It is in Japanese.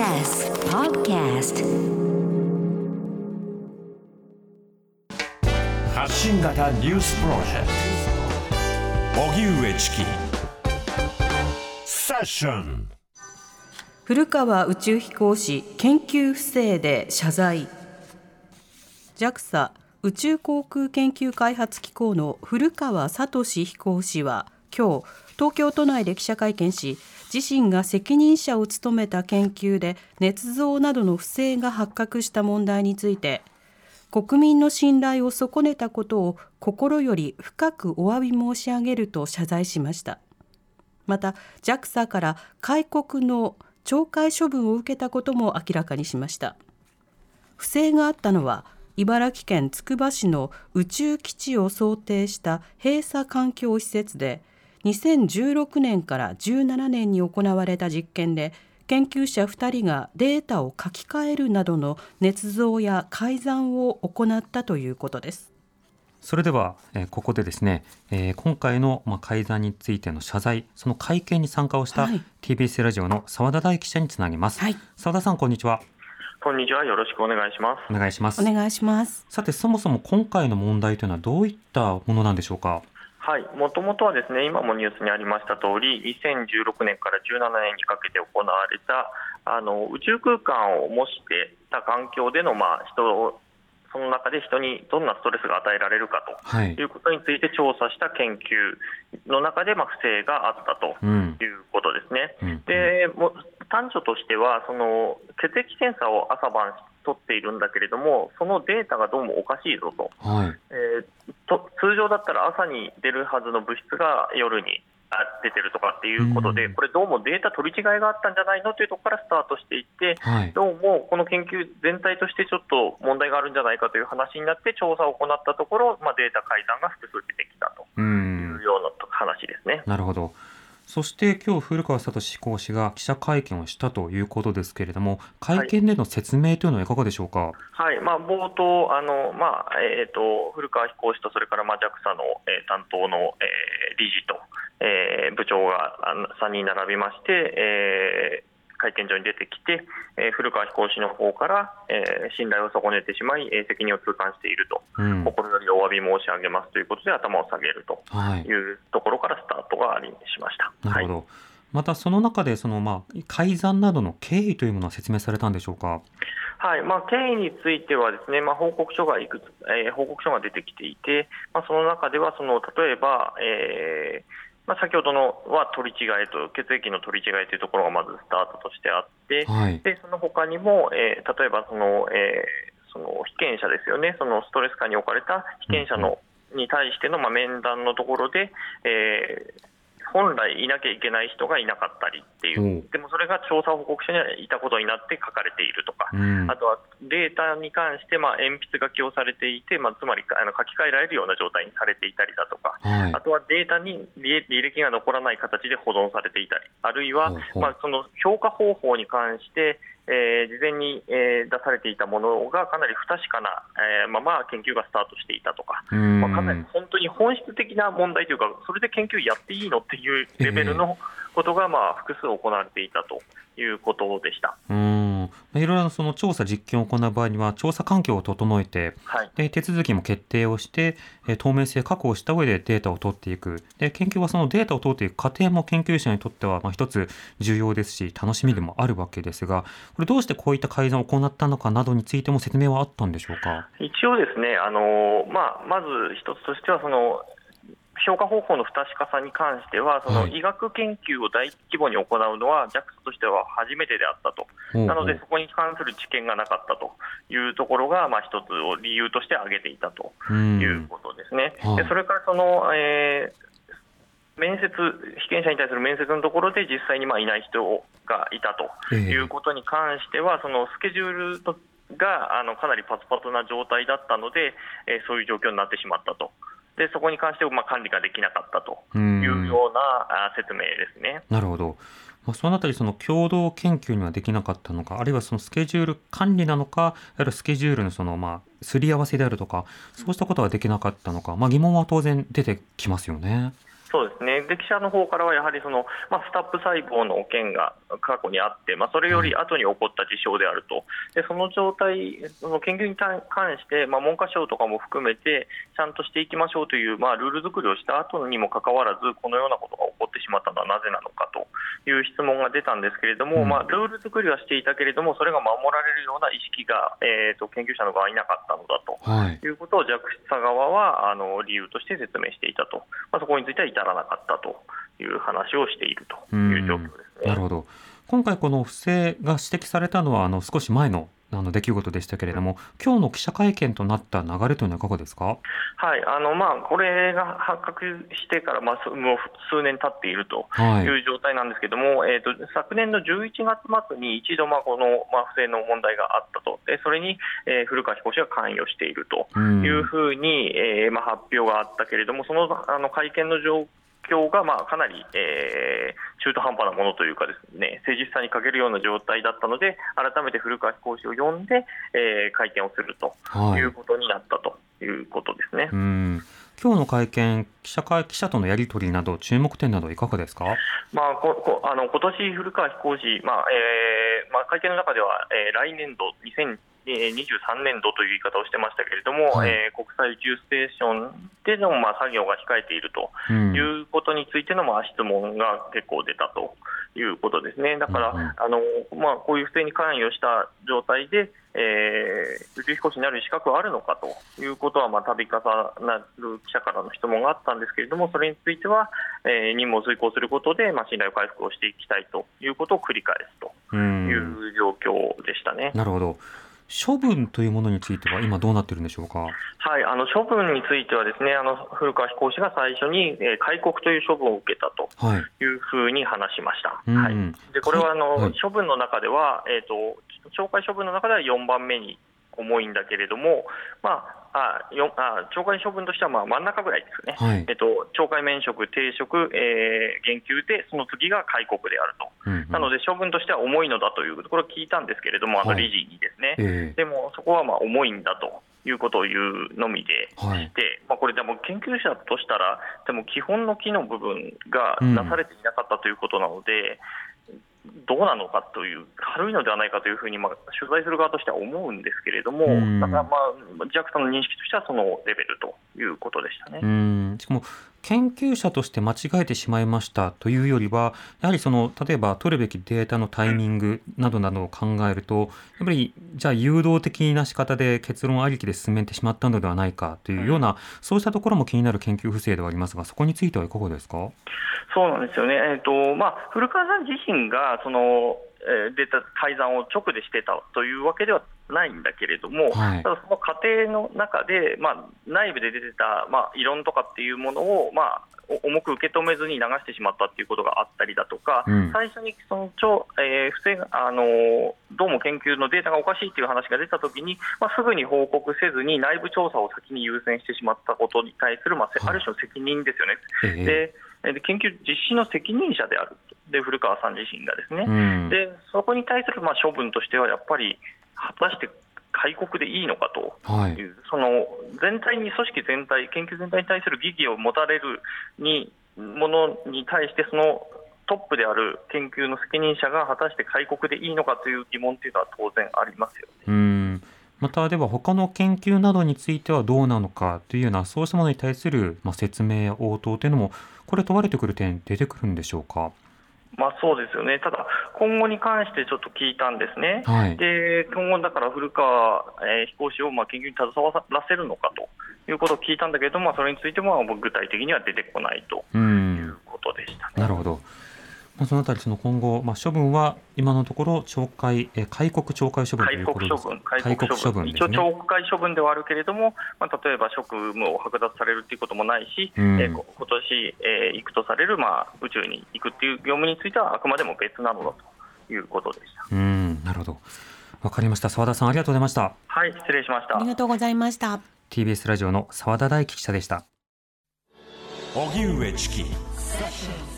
TBS Podcast 発信型ニュースプロジェクト荻上チキセッション。 古川宇宙飛行士研究不正で謝罪。 JAXA 宇宙航空研究開発機構の古川聡飛行士は今日東京都内で記者会見し、自身が責任者を務めた研究で捏造などの不正が発覚した問題について、国民の信頼を損ねたことを心より深くお詫び申し上げると謝罪しました。また JAXA から戒告の懲戒処分を受けたことも明らかにしました。不正があったのは茨城県つくば市の宇宙基地を想定した閉鎖環境施設で、2016年から17年に行われた実験で研究者2人がデータを書き換えるなどの捏造や改ざんを行ったということです。 それでは、ここでですね、今回の改ざんについての謝罪、その会見に参加をした TBS ラジオの澤田大記者につなぎます。澤田さん、こんにちは。 こんにちは。よろしくお願いします。 お願いします。 お願いします。 さて、そもそも今回の問題というのはどういったものなんでしょうか。 はい、もともとはですね、今もニュースにありました通り、2016年から17年にかけて行われた宇宙空間を模してた環境での、その中で人にどんなストレスが与えられるかということについて調査した研究の中で、不正があったということですね。で、端緒としては血液検査を朝晩取っているんだけれども、そのデータがどうもおかしいぞと、通常だったら朝に出るはずの物質が夜に出てるとかっていうことで、これどうもデータ取り違いがあったんじゃないのというところからスタートしていって、どうもこの研究全体としてちょっと問題があるんじゃないかという話になって調査を行ったところ、データ改ざんが複数出てきたというような話ですね。 なるほど。そして今日古川聡飛行士が記者会見をしたということですけれども、会見での説明というのはいかがでしょうか。 冒頭古川飛行士とそれから JAXA の、担当の、理事と、部長が3人並びまして、会見場に出てきて、古川飛行士の方から、信頼を損ねてしまい、責任を痛感していると、心よりお詫び申し上げますということで頭を下げるというところからスタートがしました。 なるほど。またその中で改ざんなどの経緯というものは説明されたんでしょうか。 経緯についてはですね、報告書が出てきていて、その中では例えば、先ほどのは取り違いと血液の取り違いというところがまずスタートとしてあって、でその他にも、例えばその被験者ですよね、そのストレス下に置かれた被験者に対しての面談のところで、本来いなきゃいけない人がいなかったりっていう、でもそれが調査報告書にはいたことになって書かれているとか、あとはデータに関して鉛筆書きをされていて、つまり書き換えられるような状態にされていたりだとか、あとはデータに履歴が残らない形で保存されていたり、あるいはその評価方法に関して事前に出されていたものがかなり不確かなまま研究がスタートしていたとか、かなり本当に本質的な問題というか、それで研究やっていいのっていうレベルのことが複数行われていたということでした。 いろいろなその調査実験を行う場合には調査環境を整えて、で手続きも決定をして透明性確保した上でデータを取っていく。で研究はそのデータを取っていく過程も研究者にとっては一つ重要ですし楽しみでもあるわけですが、これどうしてこういった改ざんを行ったのかなどについても説明はあったんでしょうか。 一応ですね、まず一つとしては評価方法の不確かさに関しては医学研究を大規模に行うのは JAXA としては初めてであったと。なのでそこに関する知見がなかったというところが一つを理由として挙げていたということですね。でそれから被験者に対する面接のところで実際にいない人がいたということに関しては、スケジュールがかなりパツパツな状態だったので、そういう状況になってしまったと。でそこに関して管理ができなかったというような説明ですね。 なるほど。そのあたり共同研究にはできなかったのか、あるいはスケジュール管理なのか、あるいはスケジュールのすり合わせであるとか、そうしたことはできなかったのか、疑問は当然出てきますよね。 そうですね。で記者の方からはやはりスタップ細胞の件が過去にあって、それより後に起こった事象であると。でその状態、その研究に関して、文科省とかも含めてちゃんとしていきましょうという、ルール作りをした後にもかかわらず、このようなことが起こってしまったのはなぜなのかという質問が出たんですけれども、ルール作りはしていたけれども、それが守られるような意識が、研究者の側になかったのだということを JAXA 側は理由として説明していたと。そこについては至らなかったという話をしているという状況ですね。 なるほど。今回この不正が指摘されたのは少し前の出来事でしたけれども、今日の記者会見となった流れというのはいかがですか？ はい、これが発覚してから、もう数年経っているという状態なんですけれども、昨年の11月末に一度この不正の問題があったと。でそれに、古川飛行士が関与しているというふうに、発表があったけれども、その会見の状況がかなり、中途半端なものというかですね、誠実さに欠けるような状態だったので、改めて古川飛行士を呼んで、会見をするということになったということですね。 今日の会見、記者とのやり取りなど注目点などいかがですか？ 今年古川飛行士、会見の中では、来年度2023年度という言い方をしてましたけれども、国際宇宙ステーションでの作業が控えているということについての質問が結構出たということですね。だから、こういう不正に関与した状態で宇宙飛行士になる資格はあるのかということは度重なる記者からの質問があったんですけれども、それについては、任務を遂行することで信頼を回復をしていきたいということを繰り返すという状況でしたね。 なるほど。処分というものについては今どうなっているんでしょうか？ はい、処分についてはですね、古川飛行士が最初に戒告という処分を受けたというふうに話しました。でこれは処分の中では、懲戒処分の中では4番目に重いんだけれども、懲戒処分としては真ん中ぐらいですね。懲戒免職、停職、減給でその次が戒告であると。なので処分としては重いのだというこれを聞いたんですけれども、理事にですね、でもそこは重いんだということを言うのみでして、これでも研究者としたらでも基本の機の部分がなされていなかったということなので、どうなのかという、軽いのではないかというふうに取材する側としては思うんですけれども、だからJAXA の認識としてはそのレベルということでしたね。 しかも研究者として間違えてしまいましたというよりは、やはり例えば取るべきデータのタイミングなどを考えると、やっぱりじゃあ誘導的な仕方で結論ありきで進めてしまったのではないかというような、そうしたところも気になる研究不正ではありますが、そこについてはいかがですか？ そうなんですよね。古川さん自身がデータ改ざんを直でしてたというわけではないんだけれども、ただその過程の中で、内部で出てた、異論とかっていうものを、重く受け止めずに流してしまったっていうことがあったりだとか、最初に不正どうも研究のデータがおかしいという話が出たときに、すぐに報告せずに内部調査を先に優先してしまったことに対する、ある種の責任ですよね。で研究実施の責任者であるで古川さん自身がですね、でそこに対する処分としてはやっぱり果たして戒告でいいのかという、その全体に組織全体、研究全体に対する疑義を持たれるものに対して、そのトップである研究の責任者が果たして戒告でいいのかという疑問というのは当然ありますよね。 またでは他の研究などについてはどうなのかというような、そうしたものに対する説明や応答というのもこれ問われてくる点出てくるんでしょうか？ そうですよね。ただ今後に関してちょっと聞いたんですね。で今後だから古川飛行士を研究に携わらせるのかということを聞いたんだけれども、それについても具体的には出てこないということでしたね。 なるほど。そのあたり今後、処分は今のところ戒告懲戒処分ということですか？戒告処分ですね。 一応懲戒処分ではあるけれども、例えば職務を剥奪されるということもないし、今年行くとされる宇宙に行くという業務についてはあくまでも別なのだということでした。 なるほど、わかりました。澤田さん、ありがとうございました。 はい、失礼しました。 ありがとうございました。 TBS ラジオの澤田大樹記者でした。 荻上チキ